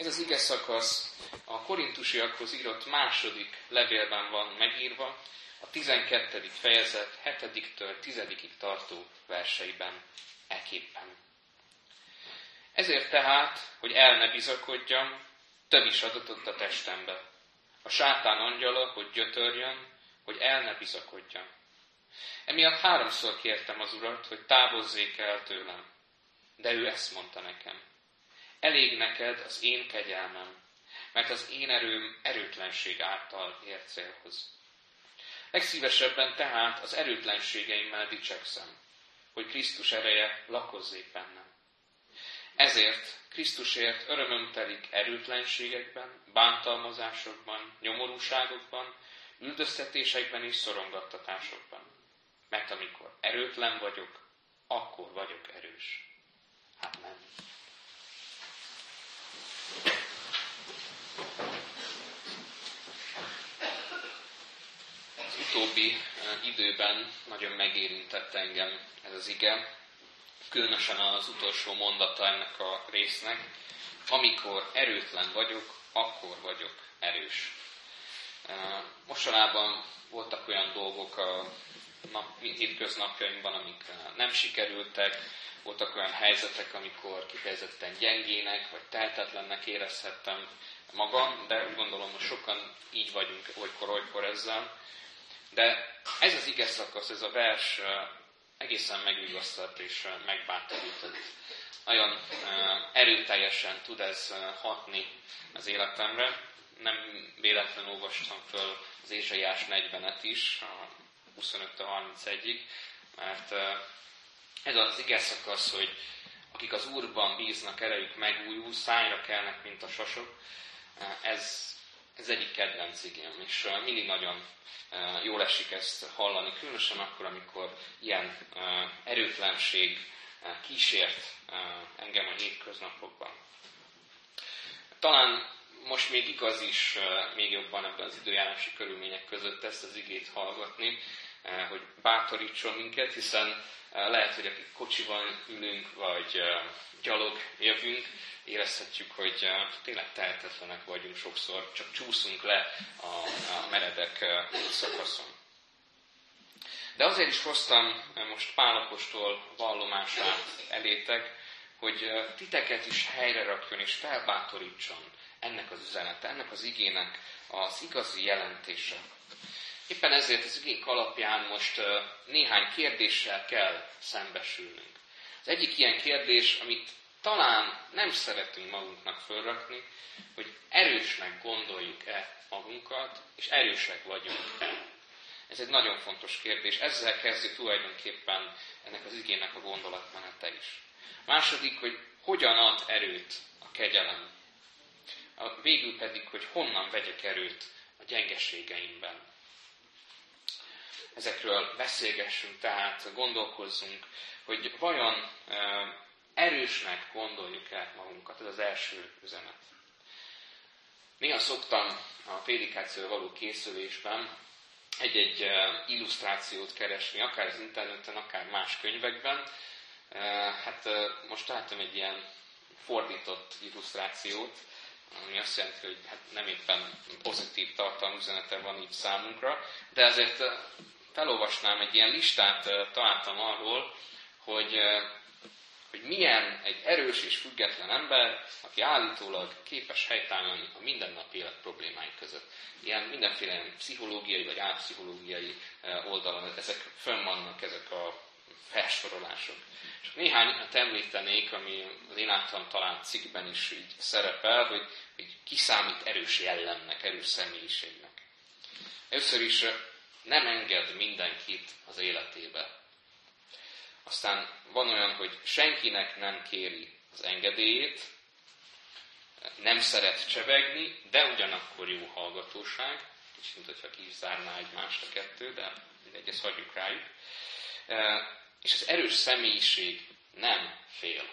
Ez az ige szakasz a korintusiakhoz írott második levélben van megírva, a 12. fejezet 7-től 10-ig tartó verseiben eképpen. Ezért tehát, hogy el ne bizakodjam, több is adatott a testembe. A sátán angyala, hogy gyötörjön, hogy el ne bizakodjam. Emiatt 3-szor kértem az Urat, hogy távozzék el tőlem. De ő ezt mondta nekem. Elég neked az én kegyelmem, mert az én erőm erőtlenség által ér célhoz. Legszívesebben tehát az erőtlenségeimmel dicsekszem, hogy Krisztus ereje lakozzék bennem. Ezért Krisztusért örömöm telik erőtlenségekben, bántalmazásokban, nyomorúságokban, üldöztetésekben és szorongattatásokban. Mert amikor erőtlen vagyok, akkor vagyok erős. Amen. Az utóbbi időben nagyon megérintett engem ez az ige, különösen az utolsó mondata ennek a résznek. Amikor erőtlen vagyok, akkor vagyok erős. Mostanában voltak olyan dolgok a hétköznapjainkban, amik nem sikerültek, voltak olyan helyzetek, amikor kifejezetten gyengének, vagy tehetetlennek érezhettem magam, de úgy gondolom, hogy sokan így vagyunk olykor ezzel. De ez az ige szakasz, ez a vers egészen megvigasztalt és megbátorított. Nagyon erőteljesen tud ez hatni az életemre. Nem véletlenül olvastam föl az Ézsaiás 40-et is, a 25-31-ig, mert ez az ige szakasz, hogy akik az Úrban bíznak, erejük megújul, szájra kelnek, mint a sasok, ez egyik kedvenc igém, és mindig nagyon jól esik ezt hallani, különösen akkor, amikor ilyen erőtlenség kísért engem a hétköznapokban. Talán most még igaz is még jobban ebben az időjárási körülmények között ezt az igét hallgatni, hogy bátorítson minket, hiszen lehet, hogy akik kocsiban ülünk, vagy gyalog jövünk, érezhetjük, hogy tényleg tehetetlenek vagyunk sokszor, csak csúszunk le a meredek szakaszon. De azért is hoztam most Pál apostol vallomását elétek, hogy titeket is helyre rakjon és felbátorítson ennek az üzenete, ennek az igének az igazi jelentése. Éppen ezért az igék alapján most néhány kérdéssel kell szembesülnünk. Az egyik ilyen kérdés, amit talán nem szeretünk magunknak fölrakni, hogy erősnek gondoljuk-e magunkat, és erősek vagyunk-e. Ez egy nagyon fontos kérdés. Ezzel kezdi tulajdonképpen ennek az igének a gondolatmenete is. Második, hogy hogyan ad erőt a kegyelem. Végül pedig, hogy honnan vegyek erőt a gyengeségeimben. Ezekről beszélgessünk, tehát gondolkozzunk, hogy vajon erősnek gondoljuk-e magunkat. Ez az első üzenet. Néha szoktam a prédikációra való készülésben egy-egy illusztrációt keresni, akár az interneten, akár más könyvekben. Hát most láttam egy ilyen fordított illusztrációt, ami azt jelenti, hogy hát nem éppen pozitív tartalmú üzenete van így számunkra, de azért felolvasnám, egy ilyen listát találtam arról, hogy milyen egy erős és független ember, aki állítólag képes helytállni a mindennapi élet problémái között. Ilyen mindenféle pszichológiai vagy álpszichológiai oldalon ezek fönn vannak, ezek a felsorolások. És néhányat említenék, ami az én általam talált cikkben is így szerepel, hogy ki számít erős jellemnek, erős személyiségnek. Először is nem enged mindenkit az életébe. Aztán van olyan, hogy senkinek nem kéri az engedélyét, nem szeret csevegni, de ugyanakkor jó hallgatóság, és mint hogyha ki is zárná egymást a kettő, de mindegy, ezt hagyjuk rájuk. És az erős személyiség nem fél.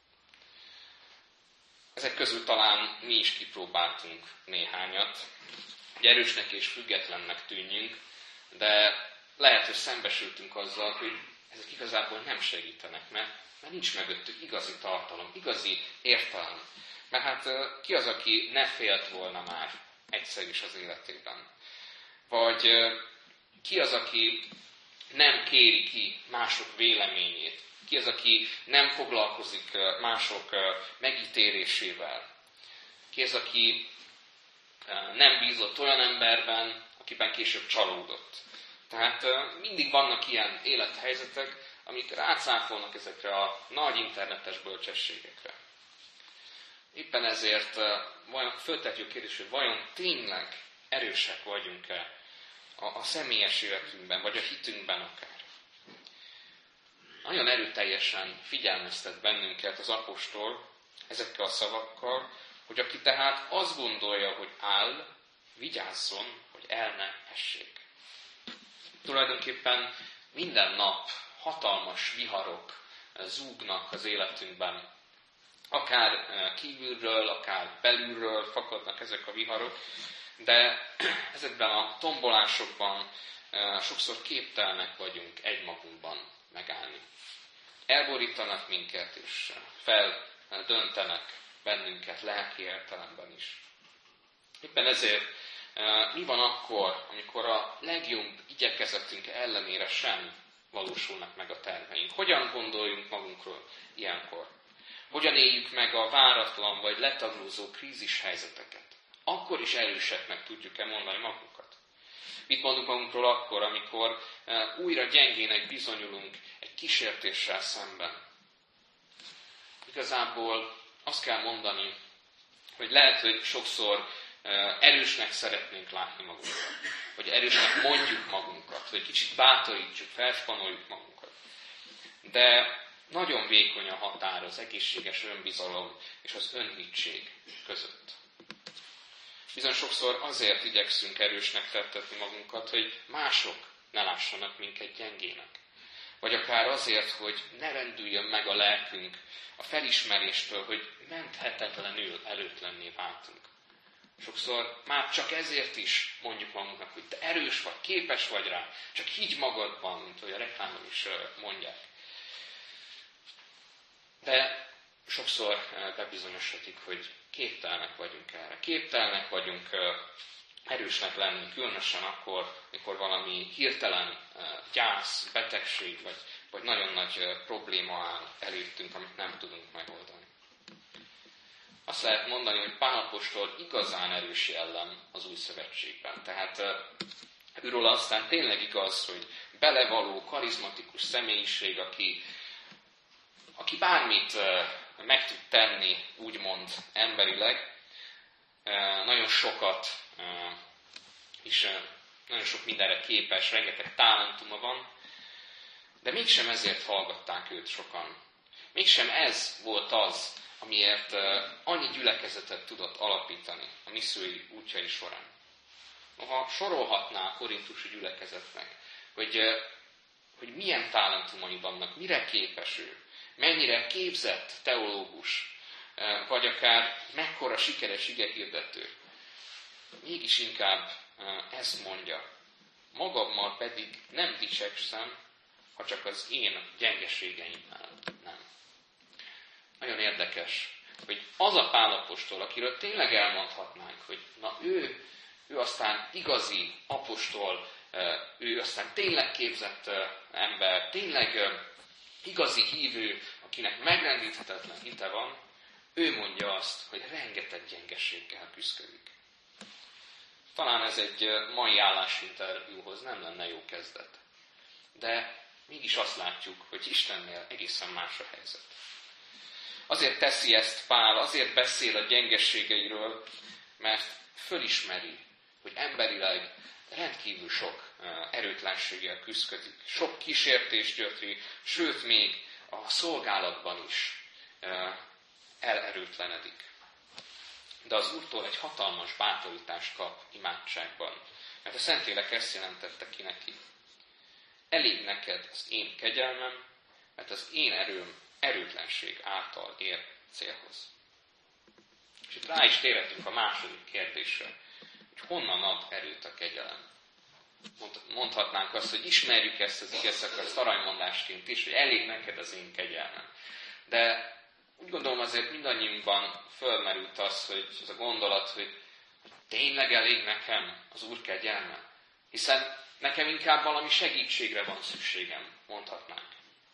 Ezek közül talán mi is kipróbáltunk néhányat, hogy erősnek és függetlennek tűnjünk, de lehet, hogy szembesültünk azzal, hogy ezek igazából nem segítenek, mert nincs mögöttük igazi tartalom, igazi értelem. Mert hát ki az, aki ne félt volna már egyszer is az életében? Vagy ki az, aki nem kéri ki mások véleményét? Ki az, aki nem foglalkozik mások megítélésével? Ki az, aki nem bízott olyan emberben, akiben később csalódott? Tehát mindig vannak ilyen élethelyzetek, amik rácáfolnak ezekre a nagy internetes bölcsességekre. Éppen ezért föltetjük a kérdést, hogy vajon tényleg erősek vagyunk-e a személyes életünkben, vagy a hitünkben akár. Nagyon erőteljesen figyelmeztet bennünket az apostol ezekkel a szavakkal, hogy aki tehát azt gondolja, hogy áll, vigyázzon, hogy el ne essék. Tulajdonképpen minden nap hatalmas viharok zúgnak az életünkben. Akár kívülről, akár belülről fakadnak ezek a viharok, de ezekben a tombolásokban sokszor képtelenek vagyunk egymagunkban megállni. Elborítanak minket, és feldöntenek bennünket lelki értelemben is. Éppen ezért mi van akkor, amikor a legjobb igyekezetünk ellenére sem valósulnak meg a terveink? Hogyan gondoljunk magunkról ilyenkor? Hogyan éljük meg a váratlan vagy letaglózó krízis helyzeteket? Akkor is erőseknek tudjuk-e mondani magunkat? Mit mondunk magunkról akkor, amikor újra gyengének bizonyulunk egy kísértéssel szemben? Igazából azt kell mondani, hogy lehet, hogy sokszor erősnek szeretnénk látni magunkat, vagy erősnek mondjuk magunkat, vagy kicsit bátorítsuk, felspanoljuk magunkat. De nagyon vékony a határ az egészséges önbizalom és az önhittség között. Bizony sokszor azért igyekszünk erősnek tettetni magunkat, hogy mások ne lássanak minket gyengének. Vagy akár azért, hogy ne rendüljön meg a lelkünk a felismeréstől, hogy menthetetlenül előtlenné váltunk. Sokszor már csak ezért is mondjuk magunknak, hogy te erős vagy, képes vagy rá, csak higgy magadban, mint ahogy a reklámon is mondják. De sokszor bebizonyosodik, hogy képtelenek vagyunk erre. Képtelenek vagyunk erősnek lenni, különösen akkor, mikor valami hirtelen gyász, betegség, vagy nagyon nagy probléma áll előttünk, amit nem tudunk megoldani. Azt lehet mondani, hogy Pál apostol igazán erős jellem az új szövetségben. Tehát őről aztán tényleg igaz, hogy belevaló, karizmatikus személyiség, aki bármit meg tud tenni, úgymond emberileg, nagyon sokat és nagyon sok mindenre képes, rengeteg talentuma van, de mégsem ezért hallgatták őt sokan. Mégsem ez volt az, amiért annyi gyülekezetet tudott alapítani a missziói útjai során. Ha sorolhatná a korintusi gyülekezetnek, hogy milyen talentumai vannak, mire képes ő, mennyire képzett teológus, vagy akár mekkora sikeres igehirdető, mégis inkább ezt mondja. Magammal pedig nem dicsekszem, ha csak az én gyengeségeimmel nem. Nagyon érdekes, hogy az a Pál apostol, akiről tényleg elmondhatnánk, hogy na ő aztán igazi apostol, ő aztán tényleg képzett ember, tényleg igazi hívő, akinek megrendíthetetlen hite van, ő mondja azt, hogy rengeteg gyengeséggel küszködik. Talán ez egy mai állásinterjúhoz nem lenne jó kezdet. De mégis azt látjuk, hogy Istennél egészen más a helyzet. Azért teszi ezt Pál, azért beszél a gyengességeiről, mert fölismeri, hogy emberileg rendkívül sok erőtlenséggel küszködik. Sok kísértést gyötri, sőt még a szolgálatban is elerőtlenedik. De az Úrtól egy hatalmas bátorítást kap imádságban. Mert a Szentlélek ezt jelentette ki neki. Elég neked az én kegyelmem, mert az én erőm erőtlenség által ér célhoz. És itt rá is térhetünk a második kérdésre, hogy honnan ad erőt a kegyelem. Mondhatnánk azt, hogy ismerjük ezt az igeszakaszt aranymondásként is, hogy elég neked az én kegyelmem. De úgy gondolom azért mindannyiunkban fölmerült az a gondolat, hogy tényleg elég nekem az Úr kegyelme? Hiszen nekem inkább valami segítségre van szükségem, mondhatnánk.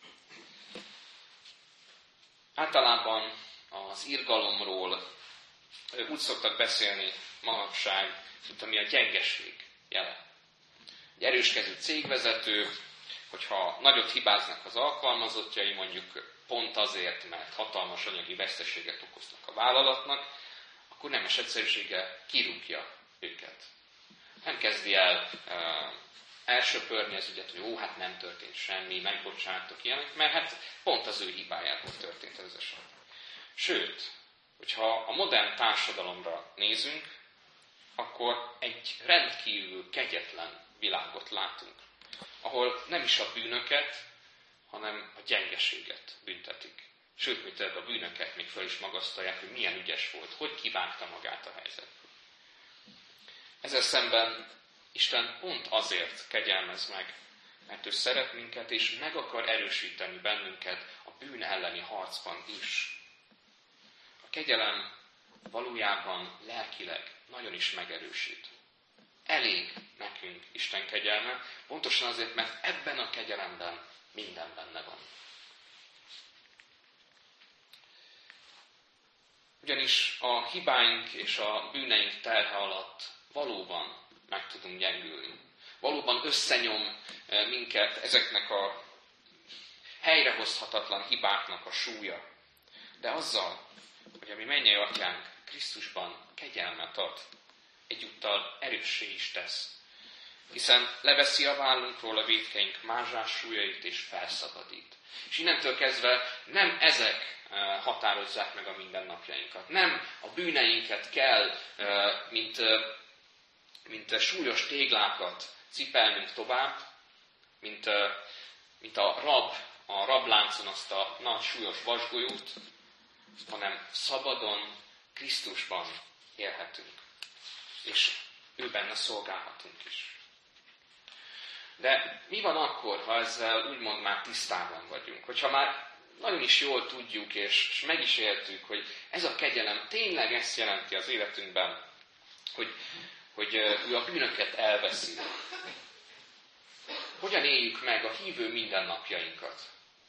Általában az irgalomról úgy szoktak beszélni manapság, mint ami a gyengeség jele. Egy erőskező cégvezető, hogyha nagyot hibáznak az alkalmazottjai, mondjuk pont azért, mert hatalmas anyagi veszteséget okoznak a vállalatnak, akkor nemes egyszerűséggel kirúgja őket. Nem kezdi el elsöpörni az ügyet, hogy hát nem történt semmi, megbocsánatok ilyenek, mert hát pont az ő hibájából történt ez az eset. Sőt, hogyha a modern társadalomra nézünk, akkor egy rendkívül kegyetlen világot látunk, ahol nem is a bűnöket, hanem a gyengeséget büntetik. Sőt, mi több, a bűnöket még fel is magasztalják, hogy milyen ügyes volt, hogy kivágta magát a helyzetből. Ezzel szemben Isten pont azért kegyelmez meg, mert ő szeret minket, és meg akar erősíteni bennünket a bűn elleni harcban is. A kegyelem valójában lelkileg nagyon is megerősít. Elég nekünk Isten kegyelme, pontosan azért, mert ebben a kegyelemben minden benne van. Ugyanis a hibáink és a bűneink terhe alatt valóban meg tudunk gyengülni. Valóban összenyom minket ezeknek a helyrehozhatatlan hibáknak a súlya. De azzal, hogy a mi mennyei atyánk Krisztusban kegyelmet ad, egyúttal erőssé is tesz. Hiszen leveszi a vállunkról a vétkeink mázsás súlyait és felszabadít. És innentől kezdve nem ezek határozzák meg a mindennapjainkat. Nem a bűneinket kell, mint súlyos téglákat cipelnünk tovább, mint a rabláncon azt a nagy súlyos vasgolyót, hanem szabadon Krisztusban élhetünk. És ő benne szolgálhatunk is. De mi van akkor, ha ezzel úgymond már tisztában vagyunk? Hogyha már nagyon is jól tudjuk, és meg is éltük, hogy ez a kegyelem tényleg ezt jelenti az életünkben, hogy ő a bűnöket elveszi. Hogyan éljük meg a hívő mindennapjainkat?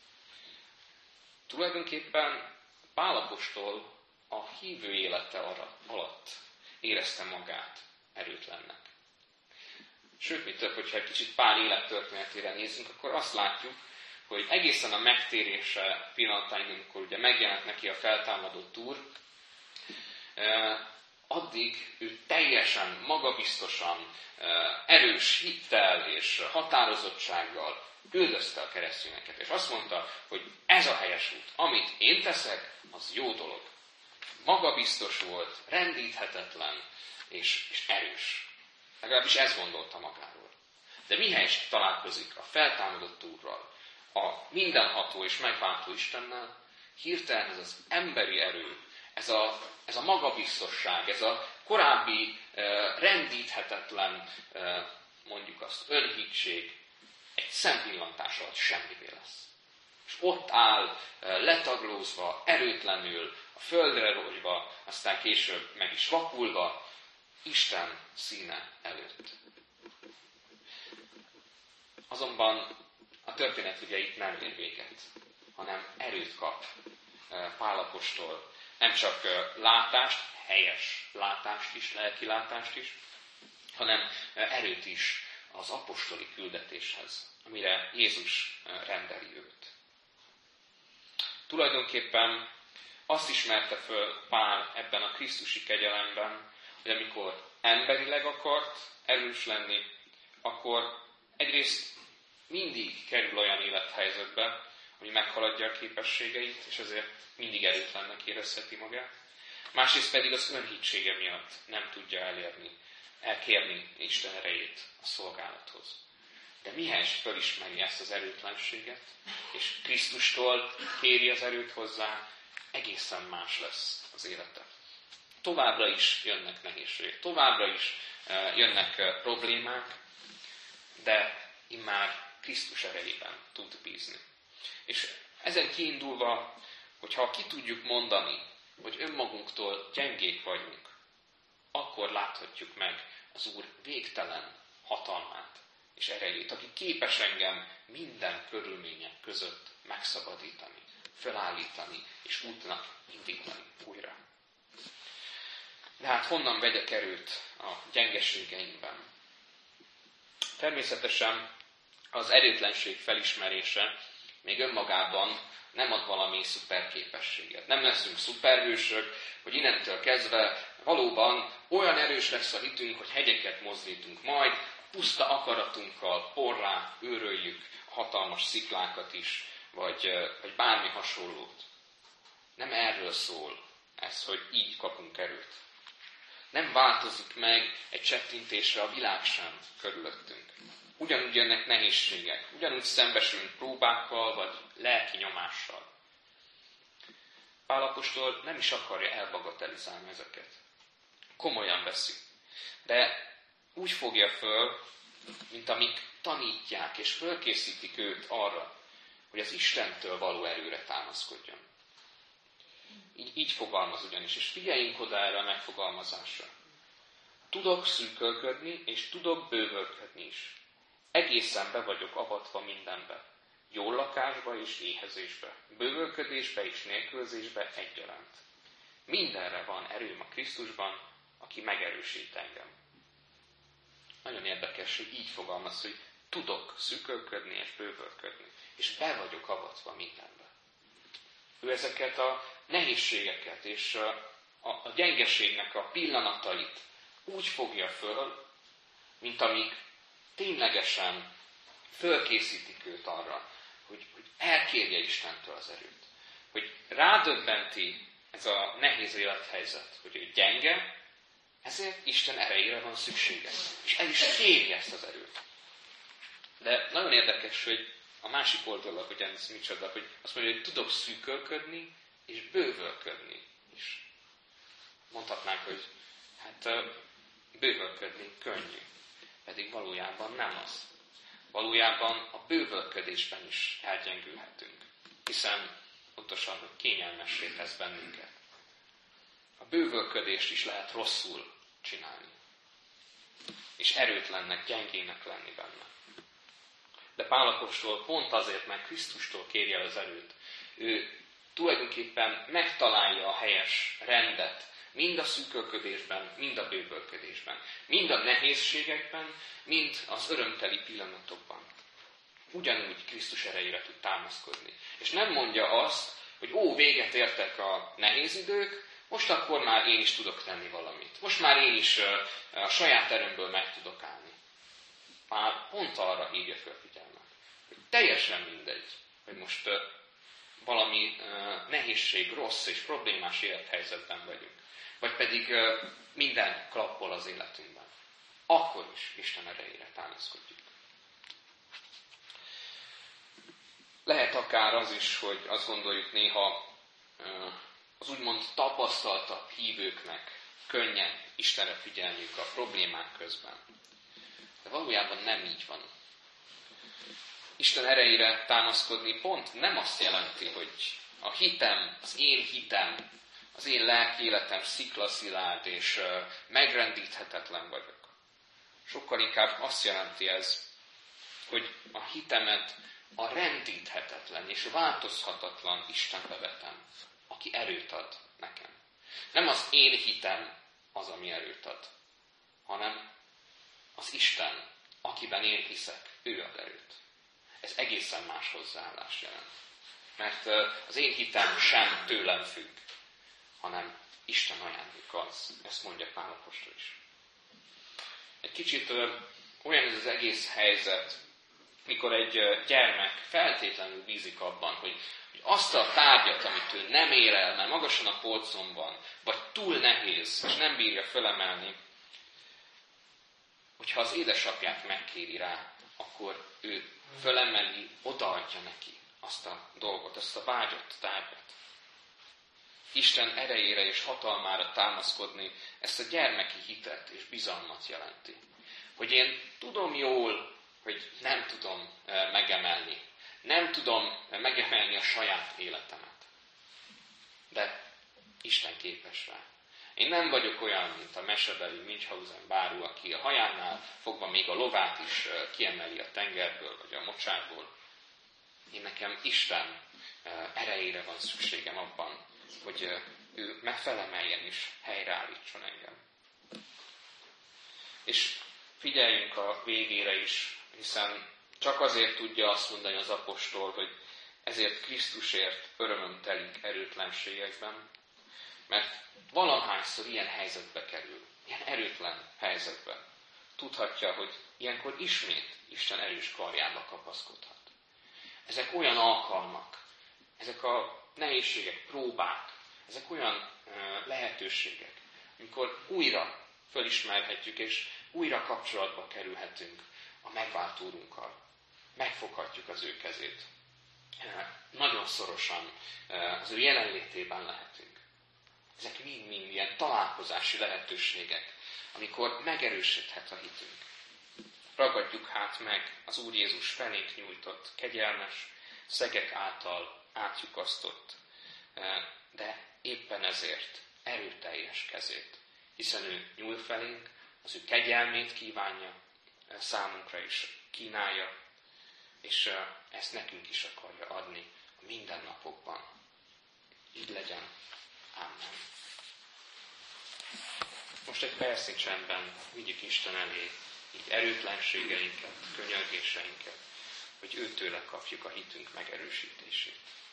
Tulajdonképpen Pál apostol a hívő élete alatt érezte magát erőtlennek. Sőt, mi több, hogyha egy kicsit Pál élettörténetére nézzünk, akkor azt látjuk, hogy egészen a megtérése pillanatáig, amikor ugye megjelent neki a feltámadott Úr, addig ő teljesen, magabiztosan, erős hittel és határozottsággal üldözte a keresztényeket. És azt mondta, hogy ez a helyes út. Amit én teszek, az jó dolog. Magabiztos volt, rendíthetetlen és erős. Legalábbis ezt gondolta magáról. De mihelyest találkozik a feltámadott Úrral, a mindenható és megváltó Istennel, hirtelen ez az emberi erő, ez a magabiztosság, ez a korábbi rendíthetetlen, mondjuk azt, önhittség egy szempillantás alatt semmivé lesz. És ott áll, letaglózva, erőtlenül, a földre rogyva, aztán később meg is vakulva, Isten színe előtt. Azonban a történet ugye itt nem ér véget, hanem erőt kap Pál apostol. Nem csak látást, helyes látást is, lelki látást is, hanem erőt is az apostoli küldetéshez, amire Jézus rendeli őt. Tulajdonképpen azt ismerte föl Pál ebben a krisztusi kegyelemben, hogy amikor emberileg akart erős lenni, akkor egyrészt mindig kerül olyan élethelyzetbe, ami meghaladja a képességeit, és ezért mindig erőtlennek érezheti magát. Másrészt pedig az önhitsége miatt nem tudja elkérni Isten erejét a szolgálathoz. De mihelyest felismeri ezt az erőtlenséget, és Krisztustól kéri az erőt hozzá, egészen más lesz az élete. Továbbra is jönnek nehézségek, továbbra is jönnek problémák, de immár Krisztus erejében tud bízni. És ezen kiindulva hogyha ki tudjuk mondani, hogy önmagunktól gyengék vagyunk, akkor láthatjuk meg az Úr végtelen hatalmát és erejét, aki képes engem minden körülmények között megszabadítani, felállítani és útnak indítani újra. De hát honnan vegyek erőt a gyengeségeimben? Természetesen az erőtlenség felismerése még önmagában nem ad valami szuperképességet. Nem leszünk szuperhősök, hogy innentől kezdve valóban olyan erős lesz a hitünk, hogy hegyeket mozdítunk majd, puszta akaratunkkal porrá őröljük hatalmas sziklákat is, vagy bármi hasonlót. Nem erről szól ez, hogy így kapunk erőt. Nem változik meg egy csettintésre a világ sem körülöttünk. Ugyanúgy jönnek nehézségek, ugyanúgy szembesülünk próbákkal, vagy lelki nyomással. Pál apostol nem is akarja elbagatelizálni ezeket. Komolyan veszi. De úgy fogja föl, mint amik tanítják és fölkészítik őt arra, hogy az Istentől való erőre támaszkodjon. Így fogalmaz ugyanis, és figyeljünk oda erre a megfogalmazásra. Tudok szűkölködni, és tudok bővölködni is. Egészen be vagyok avatva mindenbe. Jól lakásba és éhezésbe, bővölködésbe és nélkülözésbe egyaránt. Mindenre van erőm a Krisztusban, aki megerősít engem. Nagyon érdekes, hogy így fogalmaz, hogy tudok szűkölködni és bővölködni, és be vagyok avatva mindenbe. Ő ezeket a nehézségeket és a gyengeségnek a pillanatait úgy fogja föl, mint amik ténylegesen fölkészítik őt arra, hogy elkérje Istentől az erőt. Hogy rádöbbenti ez a nehéz élethelyzet, hogy ő gyenge, ezért Isten erejére van szüksége. És el is kéri ezt az erőt. De nagyon érdekes, hogy a másik oldalak, hogy ez micsoda, hogy azt mondja, hogy tudok szűkölködni és bővölködni is. Mondhatnánk, hogy hát bővölködni könnyű. Pedig valójában nem az. Valójában a bővölködésben is elgyengülhetünk. Hiszen pontosan, hogy kényelmessé tesz bennünket. A bővölködést is lehet rosszul csinálni. És erőtlennek, gyengének lenni benne. De Pál apostol pont azért, mert Krisztustól kéri el az erőt. Ő tulajdonképpen megtalálja a helyes rendet, mind a szűkölködésben, mind a bővölködésben. Mind a nehézségekben, mind az örömteli pillanatokban. Ugyanúgy Krisztus erejére tud támaszkodni. És nem mondja azt, hogy véget értek a nehéz idők, most akkor már én is tudok tenni valamit. Most már én is a saját erőmből meg tudok állni. Már pont arra hívja fel figyelmet, hogy teljesen mindegy, hogy most valami nehézség, rossz és problémás élethelyzetben vagyunk. Vagy pedig minden klappol az életünkben. Akkor is Isten erejére támaszkodjuk. Lehet akár az is, hogy azt gondoljuk néha az úgymond tapasztaltabb hívőknek könnyen Istenre figyelniük a problémák közben. De valójában nem így van. Isten erejére támaszkodni pont nem azt jelenti, hogy a hitem, az én lelki életem sziklaszilárd és megrendíthetetlen vagyok. Sokkal inkább azt jelenti ez, hogy a hitemet a rendíthetetlen és változhatatlan Istenbe vetem, aki erőt ad nekem. Nem az én hitem az, ami erőt ad, hanem az Isten, akiben én hiszek, ő ad erőt. Ez egészen más hozzáállás jelent. Mert az én hitem sem tőlem függ, hanem Isten ajándéka az. Ezt mondja Pál apostol is. Egy kicsit olyan ez az egész helyzet, mikor egy gyermek feltétlenül bízik abban, hogy azt a tárgyat, amit ő nem ér el, mert magasan a polcon van, vagy túl nehéz, és nem bírja fölemelni, hogyha az édesapját megkéri rá, akkor ő fölemeli, odaadja neki azt a dolgot, azt a vágyott tárgyat. Isten erejére és hatalmára támaszkodni, ezt a gyermeki hitet és bizalmat jelenti. Hogy én tudom jól, hogy nem tudom megemelni. Nem tudom megemelni a saját életemet. de Isten képes rá. Én nem vagyok olyan, mint a mesebeli Münchhausen báró, aki a hajánál fogva még a lovát is kiemeli a tengerből, vagy a mocsárból. Nekem Isten erejére van szükségem abban, hogy ő megfelemeljen és helyreállítson engem. És figyeljünk a végére is, hiszen csak azért tudja azt mondani az apostol, hogy ezért Krisztusért örömöm telik erőtlenségekben, mert valahányszor ilyen helyzetbe kerül, ilyen erőtlen helyzetben, tudhatja, hogy ilyenkor ismét Isten erős karjába kapaszkodhat. Ezek olyan alkalmak, ezek a nehézségek, próbák, ezek olyan lehetőségek, amikor újra fölismerhetjük, és újra kapcsolatba kerülhetünk a megváltó Úrunkkal. Megfoghatjuk az ő kezét. Nagyon szorosan az ő jelenlétében lehetünk. Ezek mind-mind ilyen találkozási lehetőségek, amikor megerősödhet a hitünk. Ragadjuk hát meg az Úr Jézus felénk nyújtott, kegyelmes, szegek által átlyukasztott, de éppen ezért erőteljes kezét, hiszen ő nyúl felénk, az ő kegyelmét kívánja, számunkra is kínálja, és ezt nekünk is akarja adni a mindennapokban. Így legyen. Amen. Most egy percnyi csendben vigyük Isten elé így erőtlenségeinket, könyörgéseinket, hogy őtőle kapjuk a hitünk megerősítését.